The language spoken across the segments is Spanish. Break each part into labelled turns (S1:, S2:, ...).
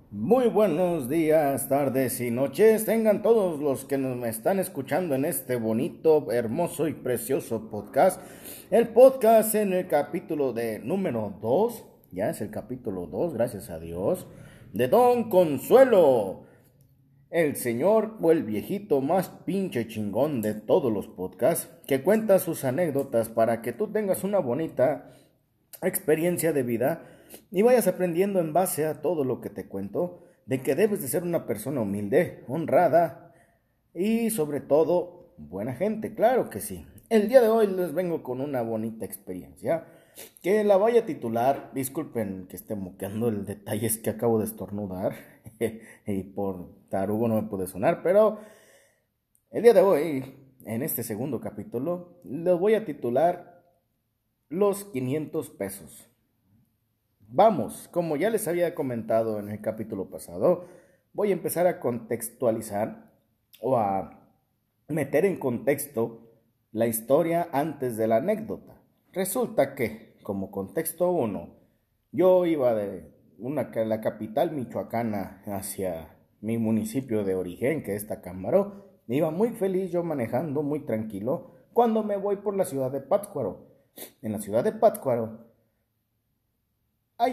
S1: Muy buenos días, tardes y noches. Tengan todos los que me están escuchando en este bonito, hermoso y precioso podcast. El podcast en el capítulo de número 2. Ya es el capítulo 2, gracias a Dios. De Don Consuelo. El señor o el viejito más pinche chingón de todos los podcasts. Que cuenta sus anécdotas para que tú tengas una bonita experiencia de vida y vayas aprendiendo en base a todo lo que te cuento de que debes de ser una persona humilde, honrada y sobre todo buena gente, claro que sí. El día de hoy les vengo con una bonita experiencia que la voy a titular, disculpen que esté moqueando, el detalle es que acabo de estornudar y por tarugo no me pude sonar, pero el día de hoy, en este segundo capítulo, lo voy a titular Los 500 pesos. Vamos, como ya les había comentado en el capítulo pasado, voy a empezar a contextualizar o a meter en contexto la historia antes de la anécdota. Resulta que, como contexto 1, yo iba de la capital michoacana hacia mi municipio de origen, que es Tacámbaro. Iba muy feliz yo manejando, muy tranquilo, cuando me voy por la ciudad de Pátzcuaro. En la ciudad de Pátzcuaro hay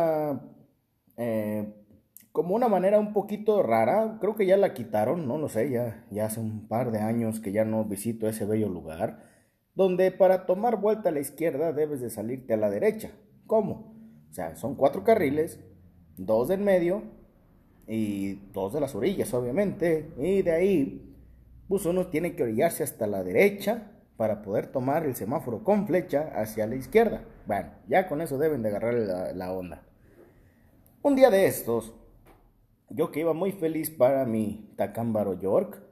S1: eh, como una manera un poquito rara, creo que ya la quitaron, no lo sé, ya hace un par de años que ya no visito ese bello lugar, donde para tomar vuelta a la izquierda debes de salirte a la derecha. ¿Cómo? O sea, son 4 carriles, dos del medio y dos de las orillas, obviamente, y de ahí, pues uno tiene que orillarse hasta la derecha para poder tomar el semáforo con flecha hacia la izquierda. Bueno, ya con eso deben de agarrar la onda. Un día de estos, yo que iba muy feliz para mi Tacámbaro York,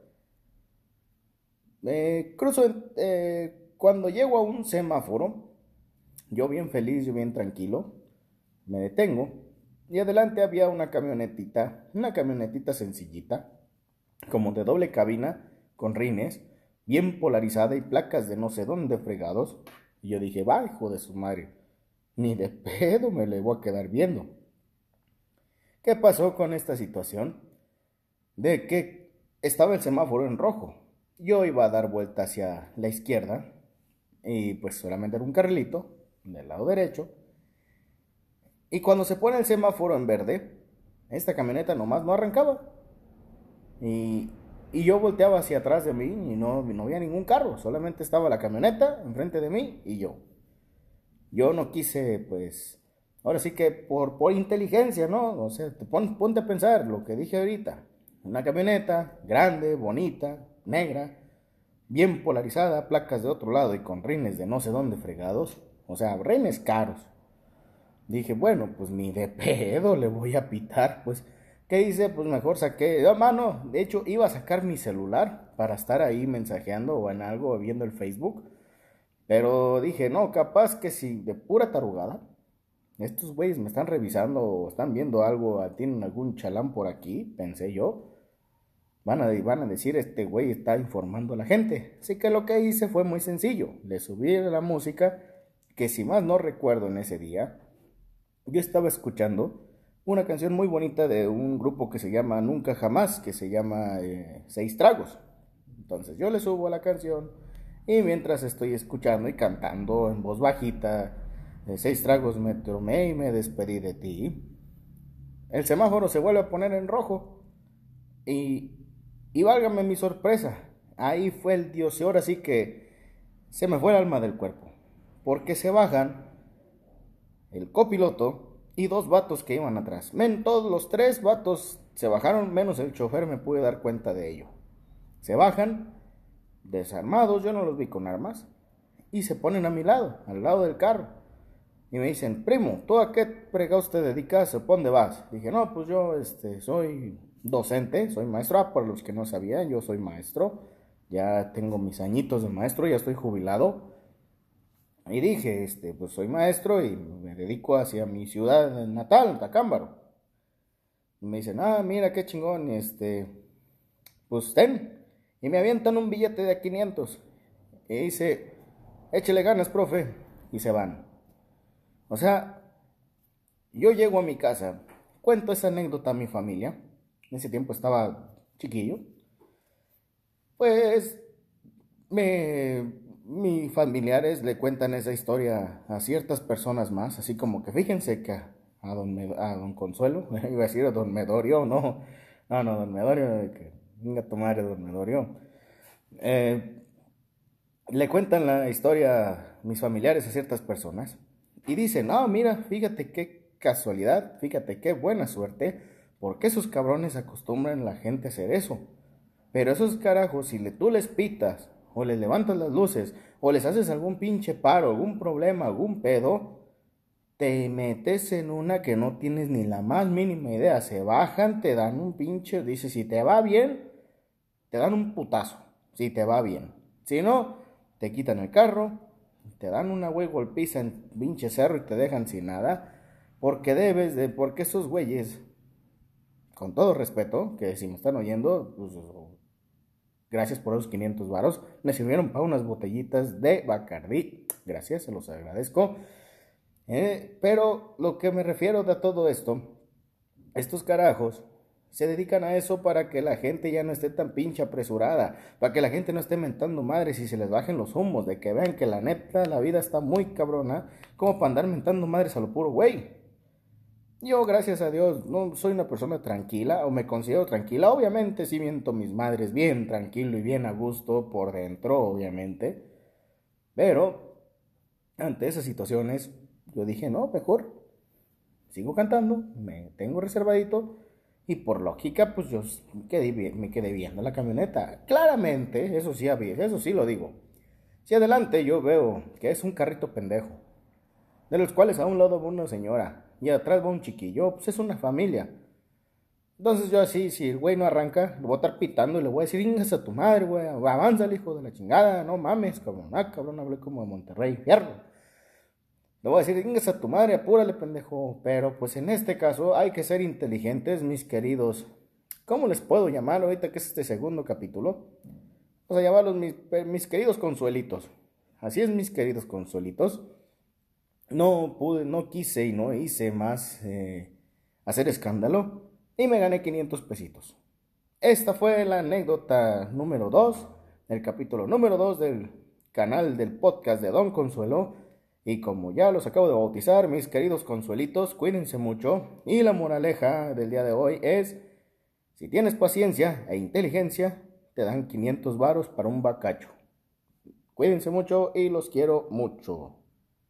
S1: cuando llego a un semáforo, yo bien feliz, yo bien tranquilo, me detengo y adelante había una camionetita sencillita, como de doble cabina, con rines, bien polarizada y placas de no sé dónde fregados. Y yo dije, va, hijo de su madre, ni de pedo me le voy a quedar viendo. ¿Qué pasó con esta situación? De que estaba el semáforo en rojo. Yo iba a dar vuelta hacia la izquierda y pues solamente era un carrilito del lado derecho. Y cuando se pone el semáforo en verde, esta camioneta nomás no arrancaba. Y, y yo volteaba hacia atrás de mí y no había ningún carro, solamente estaba la camioneta enfrente de mí y yo. Yo no quise, pues, ahora sí que por inteligencia, ¿no? O sea, ponte a pensar lo que dije ahorita. Una camioneta grande, bonita, negra, bien polarizada, placas de otro lado y con rines de no sé dónde fregados. O sea, rines caros. Dije, bueno, pues ni de pedo le voy a pitar. Pues, ¿qué hice? Pues mejor saqué, mano, de hecho iba a sacar mi celular para estar ahí mensajeando o en algo, o viendo el Facebook. Pero dije, no, capaz que si de pura tarugada, estos güeyes me están revisando o están viendo algo, tienen algún chalán por aquí, pensé yo. Van a decir, este güey está informando a la gente. Así que lo que hice fue muy sencillo. Le subí la música, que si más no recuerdo en ese día, yo estaba escuchando una canción muy bonita de un grupo que se llama Nunca Jamás, que se llama Seis Tragos. Entonces yo le subo a la canción y mientras estoy escuchando y cantando en voz bajita, Seis Tragos me tomé y me despedí de ti, el semáforo se vuelve a poner en rojo y, y válgame mi sorpresa, ahí fue el dios y ahora sí que se me fue el alma del cuerpo, porque se bajan el copiloto y dos vatos que iban atrás. Todos los tres vatos se bajaron, menos el chofer, me pude dar cuenta de ello. Se bajan, desarmados, yo no los vi con armas, y se ponen a mi lado, al lado del carro. Y me dicen, primo, ¿tú a qué fregados te dedicas o por dónde vas? Dije, no, pues yo soy docente, soy maestro. Para los que no sabían, yo soy maestro. Ya tengo mis añitos de maestro, ya estoy jubilado. Y dije, pues soy maestro y me dedico hacia mi ciudad natal, Tacámbaro. Y me dicen, mira qué chingón, pues ten. Y me avientan un billete de 500. Y dice, échele ganas, profe. Y se van. O sea, yo llego a mi casa, cuento esa anécdota a mi familia. En ese tiempo estaba chiquillo. Pues mis familiares le cuentan esa historia a ciertas personas más, así como que fíjense que a don Consuelo, iba a decir a don Medorio, no, don Medorio, que venga a tomar don Medorio. Eh, Le cuentan la historia mis familiares a ciertas personas y dicen, no, mira, fíjate qué casualidad, fíjate qué buena suerte, porque esos cabrones acostumbran a la gente a hacer eso. Pero esos carajos, si tú les pitas, o les levantas las luces, o les haces algún pinche paro, algún problema, algún pedo, te metes en una que no tienes ni la más mínima idea. Se bajan, te dan un pinche, dice, si te va bien, te dan un putazo, si te va bien. Si no, te quitan el carro, te dan una güey golpiza en pinche cerro y te dejan sin nada. Porque esos güeyes, con todo respeto, que si me están oyendo, pues gracias por esos 500 varos. Me sirvieron para unas botellitas de Bacardí. Gracias, se los agradezco. Pero lo que me refiero de todo esto, estos carajos se dedican a eso para que la gente ya no esté tan pinche apresurada, para que la gente no esté mentando madres y se les bajen los humos, de que vean que la neta la vida está muy cabrona, como para andar mentando madres a lo puro güey. Yo, gracias a Dios, no soy una persona tranquila, o me considero tranquila. Obviamente, sí miento mis madres bien tranquilo y bien a gusto por dentro, obviamente. Pero, ante esas situaciones, yo dije, no, mejor sigo cantando, me tengo reservadito. Y por lógica, pues yo me quedé viendo la camioneta. Claramente, eso sí lo digo. Si adelante yo veo que es un carrito pendejo, de los cuales a un lado va una señora y atrás va un chiquillo, pues es una familia. Entonces yo así, si el güey no arranca, lo voy a estar pitando y le voy a decir, ingas a tu madre, güey, avanza el hijo de la chingada, no mames, cabrón, cabrón, hablé como de Monterrey, fierro. Le voy a decir, ingas a tu madre, apúrale, pendejo. Pero pues en este caso hay que ser inteligentes, mis queridos. ¿Cómo les puedo llamar ahorita que es este segundo capítulo? Vamos a llamarlos mis queridos consuelitos. Así es, mis queridos consuelitos. No pude, no quise y no hice más hacer escándalo y me gané 500 pesitos. Esta fue la anécdota número 2, el capítulo número 2 del canal del podcast de Don Consuelo. Y como ya los acabo de bautizar, mis queridos consuelitos, cuídense mucho. Y la moraleja del día de hoy es, si tienes paciencia e inteligencia, te dan 500 varos para un bacacho. Cuídense mucho y los quiero mucho.